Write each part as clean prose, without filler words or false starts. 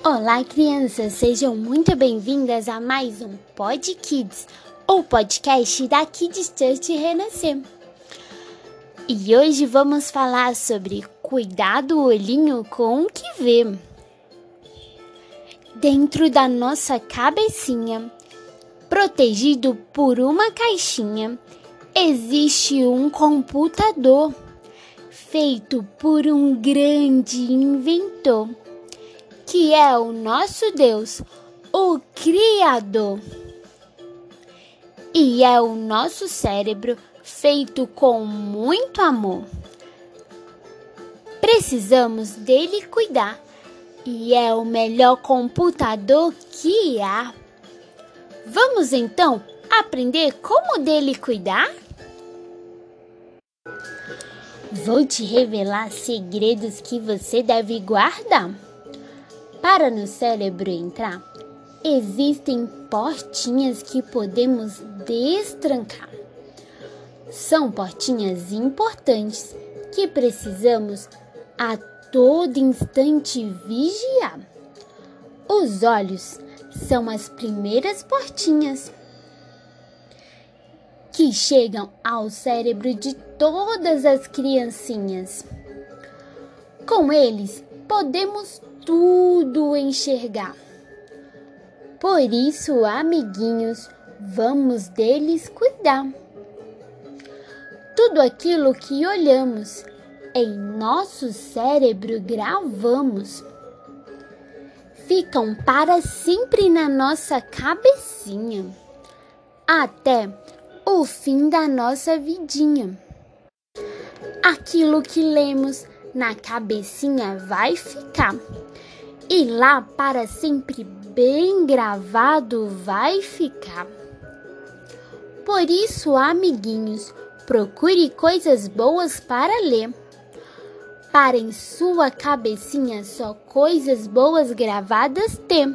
Olá, crianças! Sejam muito bem-vindas a mais um Pod Kids, o podcast da Kids Church Renascer. E hoje vamos falar sobre cuidar do olhinho com o que vê. Dentro da nossa cabecinha, protegido por uma caixinha, existe um computador feito por um grande inventor, que é o nosso Deus, o Criador. E é o nosso cérebro feito com muito amor. Precisamos dele cuidar e é o melhor computador que há. Vamos então aprender como dele cuidar? Vou te revelar segredos que você deve guardar. Para no cérebro entrar, existem portinhas que podemos destrancar. São portinhas importantes que precisamos a todo instante vigiar. Os olhos são as primeiras portinhas que chegam ao cérebro de todas as criancinhas. Com eles, podemos tudo enxergar. Por isso, amiguinhos, vamos deles cuidar. Tudo aquilo que olhamos, em nosso cérebro gravamos. Ficam para sempre na nossa cabecinha, até o fim da nossa vidinha. Aquilo que lemos na cabecinha vai ficar, e lá para sempre bem gravado vai ficar. Por isso, amiguinhos, procure coisas boas para ler, para em sua cabecinha só coisas boas gravadas ter.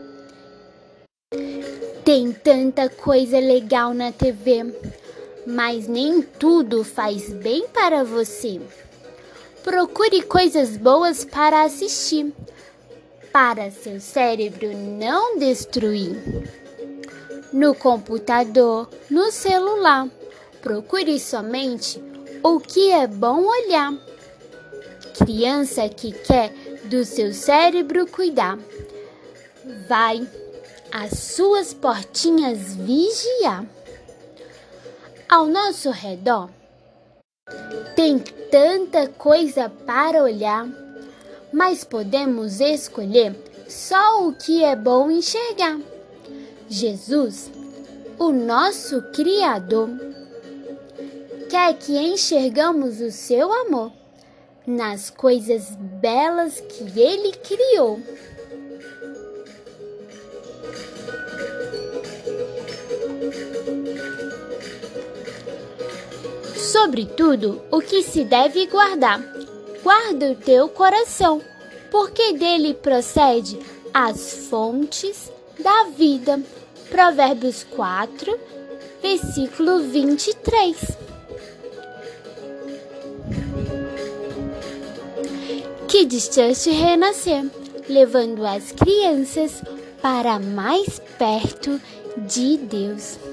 Tem tanta coisa legal na TV, mas nem tudo faz bem para você. Procure coisas boas para assistir, para seu cérebro não destruir. No computador, no celular, procure somente o que é bom olhar. Criança que quer do seu cérebro cuidar, vai as suas portinhas vigiar. Ao nosso redor, tem tanta coisa para olhar, mas podemos escolher só o que é bom enxergar. Jesus, o nosso Criador, quer que enxergamos o seu amor nas coisas belas que Ele criou. Sobretudo, o que se deve guardar, guarda o teu coração, porque dele procede as fontes da vida. Provérbios 4, versículo 23. Kids Church Renascer, levando as crianças para mais perto de Deus.